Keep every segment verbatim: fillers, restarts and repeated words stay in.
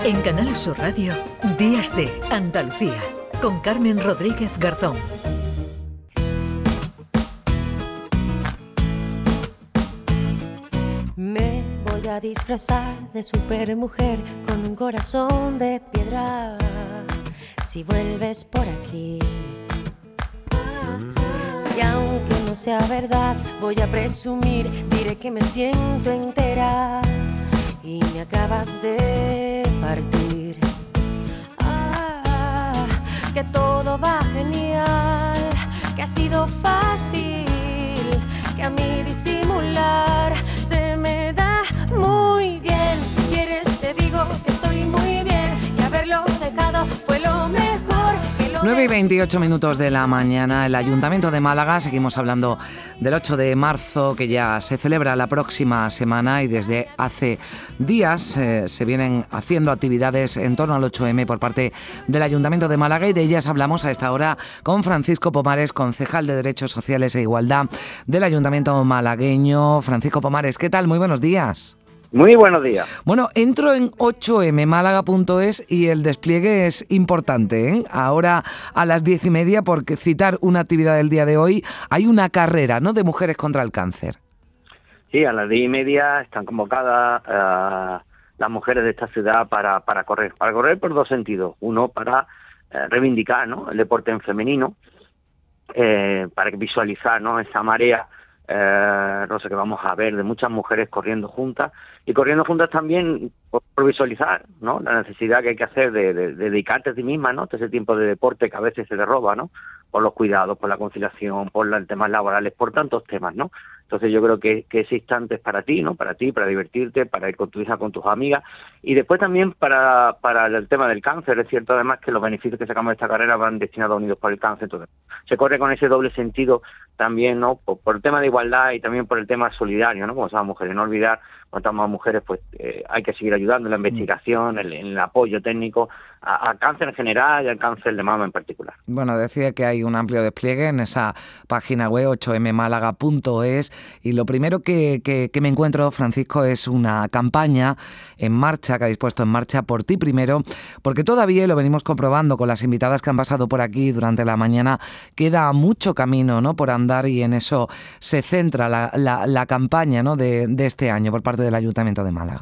En Canal Sur Radio, Días de Andalucía, con Carmen Rodríguez Garzón. Me voy a disfrazar de supermujer con un corazón de piedra. Si vuelves por aquí, y aunque no sea verdad, voy a presumir, diré que me siento entera y me acabas de partir. Ah, que todo va genial, que ha sido fácil, que a mí disimular se me da muy bien. Si quieres te digo que estoy muy bien, que haberlo dejado fue lo mejor. nueve y veintiocho minutos de la mañana, el Ayuntamiento de Málaga, seguimos hablando del ocho de marzo, que ya se celebra la próxima semana, y desde hace días eh, se vienen haciendo actividades en torno al ocho eme por parte del Ayuntamiento de Málaga, y de ellas hablamos a esta hora con Francisco Pomares, concejal de Derechos Sociales e Igualdad del Ayuntamiento malagueño. Francisco Pomares, ¿qué tal? Muy buenos días. Muy buenos días. Bueno, entro en ocho eme málaga punto es y el despliegue es importante, ¿eh? Ahora a las diez y media, porque citar una actividad del día de hoy, hay una carrera, ¿no?, de mujeres contra el cáncer. Sí, a las diez y media están convocadas uh, las mujeres de esta ciudad para, para correr. Para correr por dos sentidos. Uno, para uh, reivindicar, ¿no?, el deporte en femenino, eh, para visualizar, ¿no?, esa marea Eh, no sé, que vamos a ver de muchas mujeres corriendo juntas, y corriendo juntas también por, por visualizar, ¿no?, la necesidad que hay que hacer de, de, de dedicarte a ti misma, ¿no?, ese tiempo de deporte que a veces se te roba, ¿no?, por los cuidados, por la conciliación, por los temas laborales, por tantos temas, ¿no? Entonces yo creo que, que ese instante es para ti, ¿no?, para ti, para divertirte, para ir con tu hija, con tus amigas, y después también para, para el tema del cáncer. Es cierto además que los beneficios que sacamos de esta carrera van destinados a Unidos por el Cáncer, entonces se corre con ese doble sentido también, ¿no?, por, por el tema de igualdad y también por el tema solidario, ¿no?, como somos mujeres, no olvidar, cuantas más mujeres, pues eh, hay que seguir ayudando en la investigación, en, en el apoyo técnico a, a cáncer en general y al cáncer de mama en particular. Bueno, decía que hay un amplio despliegue en esa página web ocho eme málaga punto es, y lo primero que, que, que me encuentro, Francisco, es una campaña en marcha, que habéis puesto en marcha por ti primero, porque todavía, y lo venimos comprobando con las invitadas que han pasado por aquí durante la mañana, queda mucho camino, ¿no?, por andar, y en eso se centra la, la, la campaña, ¿no?, de, de este año por parte del Ayuntamiento de Málaga.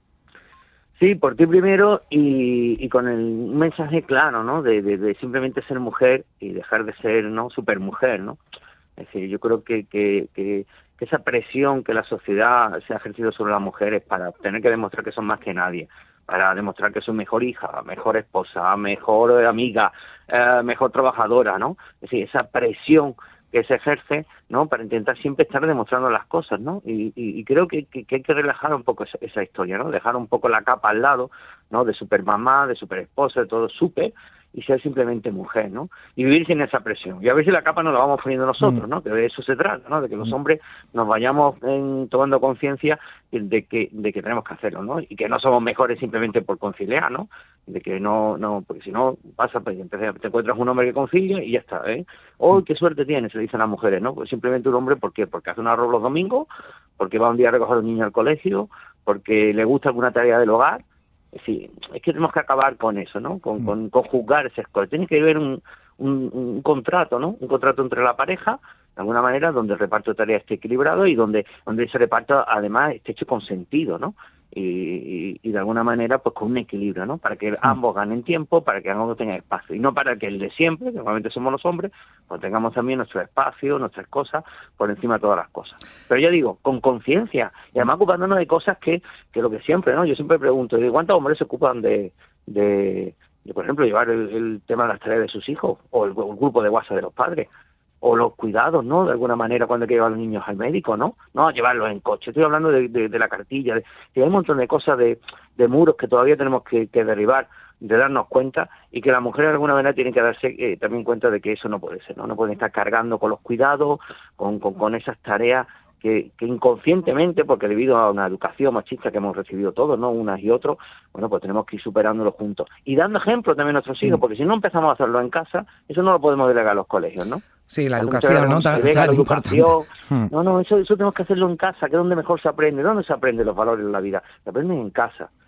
Sí, por ti primero, y, y con el mensaje claro, ¿no?, de, de, de simplemente ser mujer y dejar de ser, ¿no?, supermujer, ¿no? Es decir, yo creo que, que, que, que esa presión que la sociedad se ha ejercido sobre las mujeres para tener que demostrar que son más que nadie, para demostrar que son mejor hija, mejor esposa, mejor amiga, eh, mejor trabajadora, ¿no? Es decir, esa presión que se ejerce, ¿no?, para intentar siempre estar demostrando las cosas, ¿no? Y, y, y creo que, que, que hay que relajar un poco esa, esa historia, ¿no? Dejar un poco la capa al lado, ¿no?, de supermamá, de superesposa, de todo súper, y ser simplemente mujer, ¿no? Y vivir sin esa presión. Y a veces la capa nos la vamos poniendo nosotros, ¿no? Que de eso se trata, ¿no? De que los hombres nos vayamos en, tomando conciencia de que de que tenemos que hacerlo, ¿no? Y que no somos mejores simplemente por conciliar, ¿no? De que no, no, porque si no pasa, pues te encuentras un hombre que concilia y ya está, ¿eh? ¡Oh, qué suerte tienes!, se dicen las mujeres, ¿no? Pues simplemente un hombre, ¿por qué? Porque hace un arroz los domingos, porque va un día a recoger a un niño al colegio, porque le gusta alguna tarea del hogar. Sí, es que tenemos que acabar con eso, ¿no? Con, mm. con, con juzgar esas cosas. Tiene que haber un, un, un contrato, ¿no? Un contrato entre la pareja, de alguna manera, donde el reparto de tareas esté equilibrado y donde, donde ese reparto, además, esté hecho con sentido, ¿no? Y, y, y de alguna manera, pues con un equilibrio, ¿no? Para que mm. ambos ganen tiempo, para que ambos tengan espacio. Y no para que el de siempre, que normalmente somos los hombres, pues tengamos también nuestro espacio, nuestras cosas, por encima de todas las cosas. Pero ya digo, con conciencia, y además ocupándonos de cosas que, que lo que siempre, ¿no? Yo siempre pregunto, ¿de cuántos hombres se ocupan de, de, de por ejemplo, llevar el, el tema de las tareas de sus hijos, o el, el grupo de WhatsApp de los padres? O los cuidados, ¿no?, de alguna manera, cuando hay que llevar a los niños al médico, ¿no? No llevarlos en coche. Estoy hablando de, de, de la cartilla, de, de hay un montón de cosas, de, de muros que todavía tenemos que, que derribar, de darnos cuenta, y que las mujeres de alguna manera tienen que darse eh, también cuenta de que eso no puede ser, ¿no? No pueden estar cargando con los cuidados, con, con, con esas tareas que, que inconscientemente, porque debido a una educación machista que hemos recibido todos, ¿no?, unas y otros, bueno, pues tenemos que ir superándolo juntos. Y dando ejemplo también a nuestros hijos, porque si no empezamos a hacerlo en casa, eso no lo podemos delegar a los colegios, ¿no? Sí, la educación, ¿no? Tan, tan tan importante. No, no, eso, eso tenemos que hacerlo en casa, que es donde mejor se aprende. ¿Dónde se aprende los valores de la vida? Se aprenden en casa.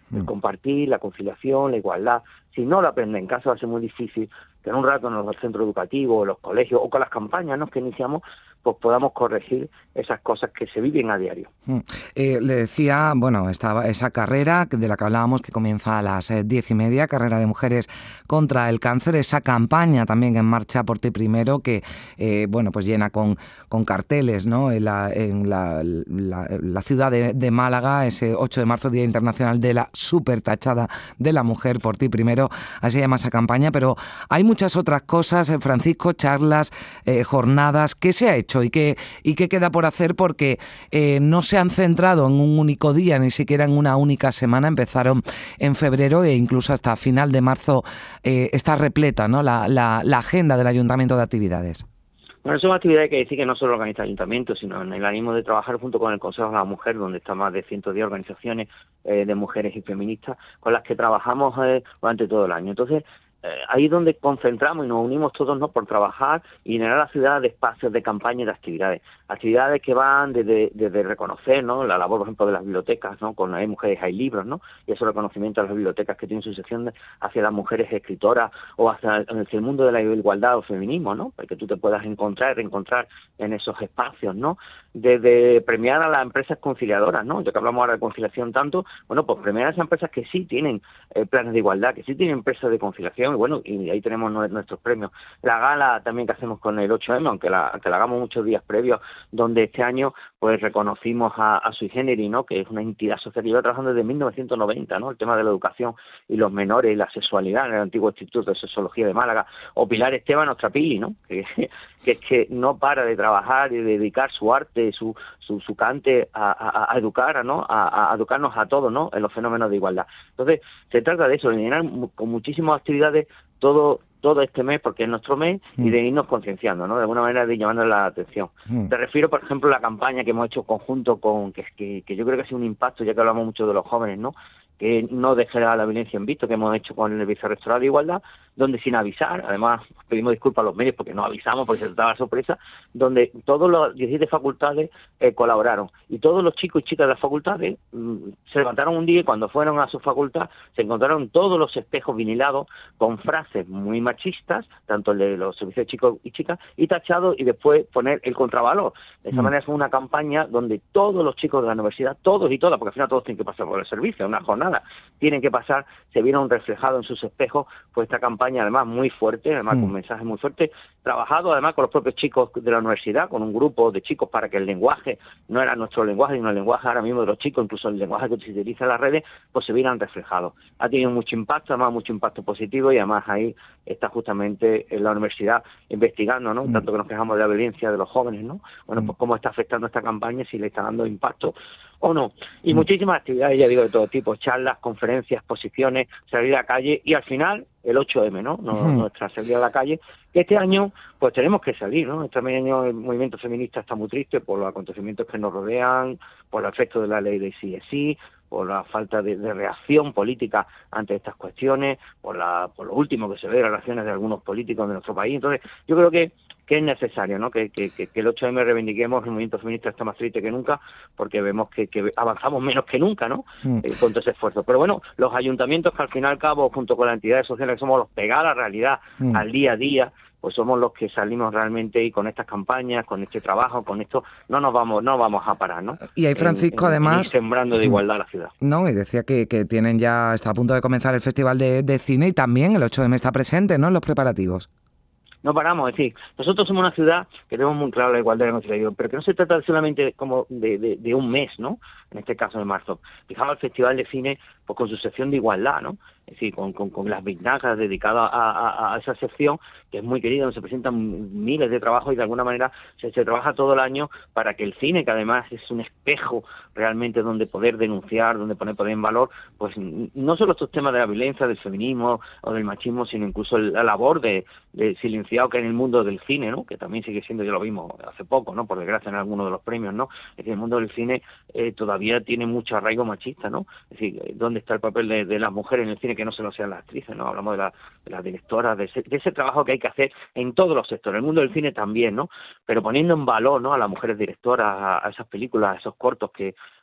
el compartir, la conciliación, la igualdad. Si no lo aprende en casa va a ser muy difícil que en un rato en los centros educativos, en los colegios o con las campañas, ¿no?, que iniciamos, pues podamos corregir esas cosas que se viven a diario. Mm. Eh, le decía, bueno, estaba esa carrera de la que hablábamos que comienza a las eh, diez y media, carrera de mujeres contra el cáncer, esa campaña también en marcha por ti primero que, eh, bueno, pues llena con, con carteles, ¿no?, en la, en la, la, la ciudad de, de Málaga, ese ocho de marzo, Día Internacional de la Super Tachada de la Mujer, por ti primero, así se llama esa campaña, pero hay muchas otras cosas, eh, Francisco, charlas, eh, jornadas, ¿qué se ha hecho y qué, y qué queda por hacer? Porque eh, no se han centrado en un único día, ni siquiera en una única semana, empezaron en febrero e incluso hasta final de marzo eh, está repleta, ¿no?, la, la, la agenda del Ayuntamiento de actividades. Bueno, son actividades que decir que no solo organiza el Ayuntamiento, sino en el ánimo de trabajar junto con el Consejo de la Mujer, donde están más de ciento diez organizaciones eh, de mujeres y feministas, con las que trabajamos eh, durante todo el año. Entonces, eh, ahí es donde concentramos y nos unimos todos, ¿no?, por trabajar y llenar la ciudad de espacios de campaña y de actividades. Actividades que van desde, desde reconocer, ¿no?, la labor, por ejemplo, de las bibliotecas, ¿no?, con Hay Mujeres, Hay Libros, ¿no?, y ese reconocimiento a las bibliotecas que tienen su sección de, hacia las mujeres escritoras o hacia el, hacia el mundo de la igualdad o feminismo, ¿no?, para que tú te puedas encontrar, reencontrar en esos espacios, ¿no?, desde premiar a las empresas conciliadoras, ¿no?, ya que hablamos ahora de conciliación tanto, bueno, pues premiar a esas empresas que sí tienen eh, planes de igualdad, que sí tienen empresas de conciliación, y bueno, y ahí tenemos nuestros premios. La gala también que hacemos con el ocho eme, aunque la, aunque la hagamos muchos días previos, donde este año pues reconocimos a, a Sui Generis, ¿no?, que es una entidad social que lleva trabajando desde mil novecientos noventa, ¿no?, el tema de la educación y los menores y la sexualidad en el antiguo Instituto de Sexología de Málaga, o Pilar Esteban Ostrapilli, ¿no?, que, que es que no para de trabajar y de dedicar su arte, su su, su cante a, a, a educar, ¿no?, a, a educarnos a todos, ¿no?, en los fenómenos de igualdad. Entonces, se trata de eso, de llenar con muchísimas actividades todo todo este mes, porque es nuestro mes, mm. y de irnos concienciando, ¿no?, de alguna manera de llamando la atención. Mm. Te refiero, por ejemplo, a la campaña que hemos hecho conjunto con, que, que, que yo creo que ha sido un impacto, ya que hablamos mucho de los jóvenes, ¿no?, que no dejará la violencia en visto, que hemos hecho con el Vicerrectorado de Igualdad, donde sin avisar, además pedimos disculpas a los medios porque no avisamos, porque se trataba de sorpresa, donde todos los diecisiete facultades eh, colaboraron, y todos los chicos y chicas de las facultades mmm, se levantaron un día y cuando fueron a su facultad se encontraron todos los espejos vinilados con frases muy machistas, tanto el de los servicios de chicos y chicas, y tachados, y después poner el contravalor. De esa mm. manera fue una campaña donde todos los chicos de la universidad, todos y todas, porque al final todos tienen que pasar por el servicio, una jornada tienen que pasar, se vieron reflejados en sus espejos, pues esta campaña además muy fuerte, además mm. con mensajes muy fuertes, trabajado además con los propios chicos de la universidad, con un grupo de chicos para que el lenguaje no era nuestro lenguaje, sino el lenguaje ahora mismo de los chicos, incluso el lenguaje que se utiliza en las redes, pues se vieran reflejados. Ha tenido mucho impacto, además mucho impacto positivo, y además ahí está justamente en la universidad investigando, ¿no?, mm. tanto que nos quejamos de la violencia de los jóvenes, ¿no?, bueno, pues cómo está afectando esta campaña, si le está dando impacto o no. Y mm. muchísimas actividades, ya digo, de todo tipo, charlas, conferencias, exposiciones, salir a la calle, y al final el ocho eme, ¿no?, no uh-huh. nuestra salida a la calle, que este año pues tenemos que salir, ¿no? Este año el movimiento feminista está muy triste por los acontecimientos que nos rodean, por el efecto de la ley de sí es sí, por la falta de, de reacción política ante estas cuestiones, por la por lo último que se ve, las reacciones de algunos políticos de nuestro país. Entonces, yo creo que que es necesario, ¿no?, que, que, que el ocho eme reivindiquemos, el movimiento feminista está más triste que nunca, porque vemos que, que avanzamos menos que nunca, ¿no?, mm. eh, con todo ese esfuerzo. Pero bueno, los ayuntamientos, que al fin y al cabo, junto con las entidades sociales, que somos los pegados a la realidad, mm. al día a día, pues somos los que salimos realmente, y con estas campañas, con este trabajo, con esto, no nos vamos no vamos a parar, ¿no? Y hay Francisco, en, en, además... En sembrando de igualdad a la ciudad. No, y decía que, que tienen ya, está a punto de comenzar el Festival de, de Cine, y también el ocho eme está presente, ¿no?, en los preparativos. No paramos, es decir, nosotros somos una ciudad que tenemos muy claro la igualdad de la conciliación, pero que no se trata solamente como de, de, de un mes, ¿no?, en este caso de marzo. Fijaos el Festival de Cine, pues con su sección de igualdad, ¿no?, es decir, con, con, con las ventajas dedicadas a, a, a esa sección, que es muy querida, donde se presentan miles de trabajos, y de alguna manera se, se trabaja todo el año para que el cine, que además es un espejo realmente donde poder denunciar, donde poner poder en valor, pues no solo estos temas de la violencia, del feminismo o del machismo, sino incluso la labor de, de silenciado que hay en el mundo del cine, ¿no?, que también sigue siendo, ya lo vimos hace poco, ¿no?, por desgracia en algunos de los premios, ¿no?, es decir, el mundo del cine eh, todavía tiene mucho arraigo machista, ¿no?, es decir, ¿dónde está el papel de, de las mujeres en el cine, que no se lo sean las actrices, ¿no? Hablamos de, la, de las directoras, de ese, de ese trabajo que hay que hacer en todos los sectores, el mundo del cine también, ¿no?, pero poniendo en valor, ¿no?, a las mujeres directoras, a, a esas películas, a esos cortos que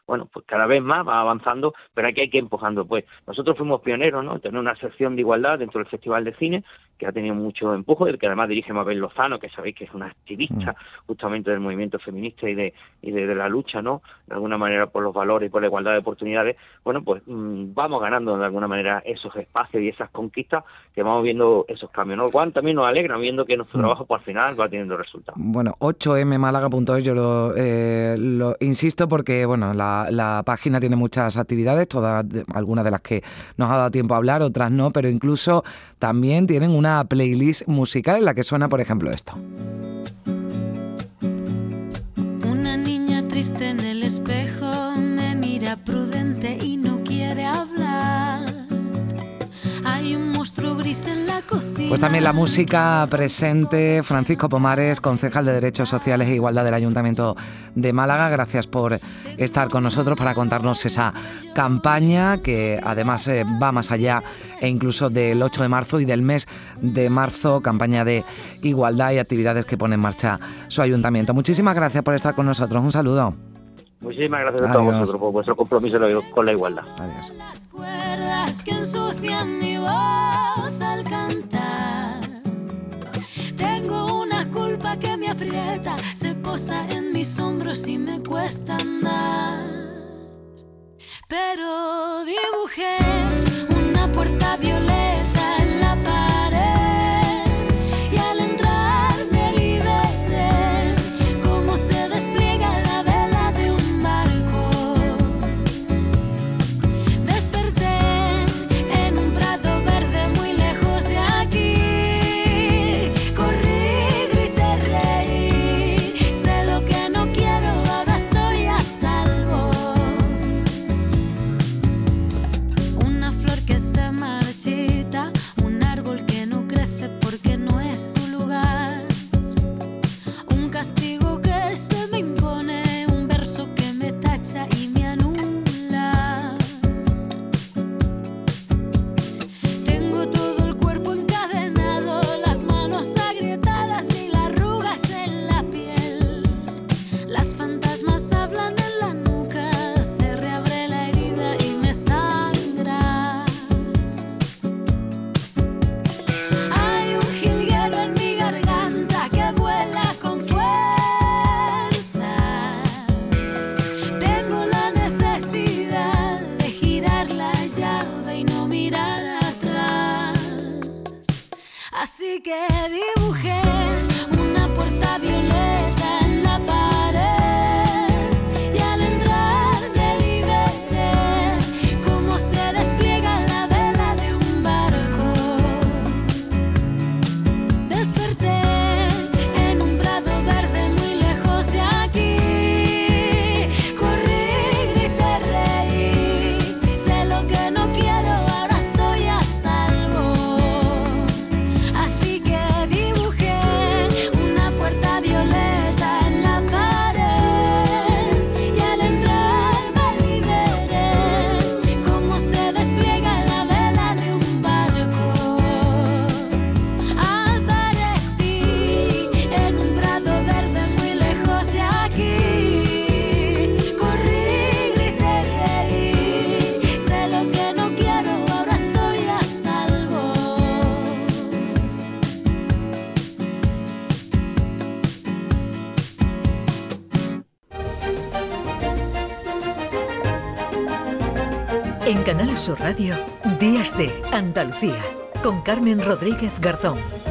bueno, pues cada vez más va avanzando, pero aquí hay que ir empujando. Pues nosotros fuimos pioneros, ¿no?, en tener una sección de igualdad dentro del Festival de Cine, que ha tenido mucho empuje, el que además dirige Mabel Lozano, que sabéis que es una activista justamente del movimiento feminista y de y de, de la lucha, ¿no?, de alguna manera por los valores y por la igualdad de oportunidades. Bueno, pues mmm, vamos ganando de alguna manera esos espacios y esas conquistas, que vamos viendo esos cambios, ¿no? Lo cual también nos alegra, viendo que nuestro trabajo pues al final va teniendo resultados. Bueno, ocho eme málaga punto es, yo lo, eh, lo insisto porque bueno, la, la página tiene muchas actividades, todas, algunas de las que nos ha dado tiempo a hablar, otras no, pero incluso también tienen una playlist musical en la que suena, por ejemplo, esto. Una niña triste en el espejo me mira prudente y no quiere hablar. Hay un monstruo gris en la cocina. Pues también la música presente. Francisco Pomares, concejal de Derechos Sociales e Igualdad del Ayuntamiento de Málaga, gracias por estar con nosotros para contarnos esa campaña que además eh, va más allá e incluso del ocho de marzo y del mes de marzo, campaña de igualdad y actividades que pone en marcha su ayuntamiento. Muchísimas gracias por estar con nosotros. Un saludo. Muchísimas gracias a todos vosotros por vuestro compromiso con la igualdad. Adiós. Las cuerdas que ensucian mi voz al cantar. Tengo una culpa que me aprieta, se posa en mis hombros y me cuesta andar. Pero dibujé una puerta violeta en la pared y al entrar me liberé, como se despliega la vela de un barco. Desperté en un prado verde muy lejos de aquí. Corrí, grité, reí, sé lo que no quiero, ahora estoy a salvo. Una flor que se marchita, un árbol que no crece porque no es su lugar. Un castigo que se me impone, un verso que me tacha y me anula. Tengo todo el cuerpo encadenado, las manos agrietadas, mil arrugas en la piel. Las fantasmas hablan en la nuca, se reabre la herida y me sangra. Hay un jilguero en mi garganta que vuela con fuerza. Tengo la necesidad de girar la llave y no mirar atrás. Así que dibujé una puerta violeta en la pared y al entrar me liberé, como se despliega la vela de un barco. Desperté en un prado verde muy lejos de aquí. Corrí, grité, reí, sé lo que no quiero, ahora estoy a salvo. Así que dibujé una puerta violeta en la pared y al entrar me liberé, como se despliega la vela de un barco. Aparecí en un prado verde muy lejos de aquí. Corrí, grité, reí, sé lo que no quiero, ahora estoy a salvo. En Canal Sur Radio, Días de Andalucía, con Carmen Rodríguez Garzón.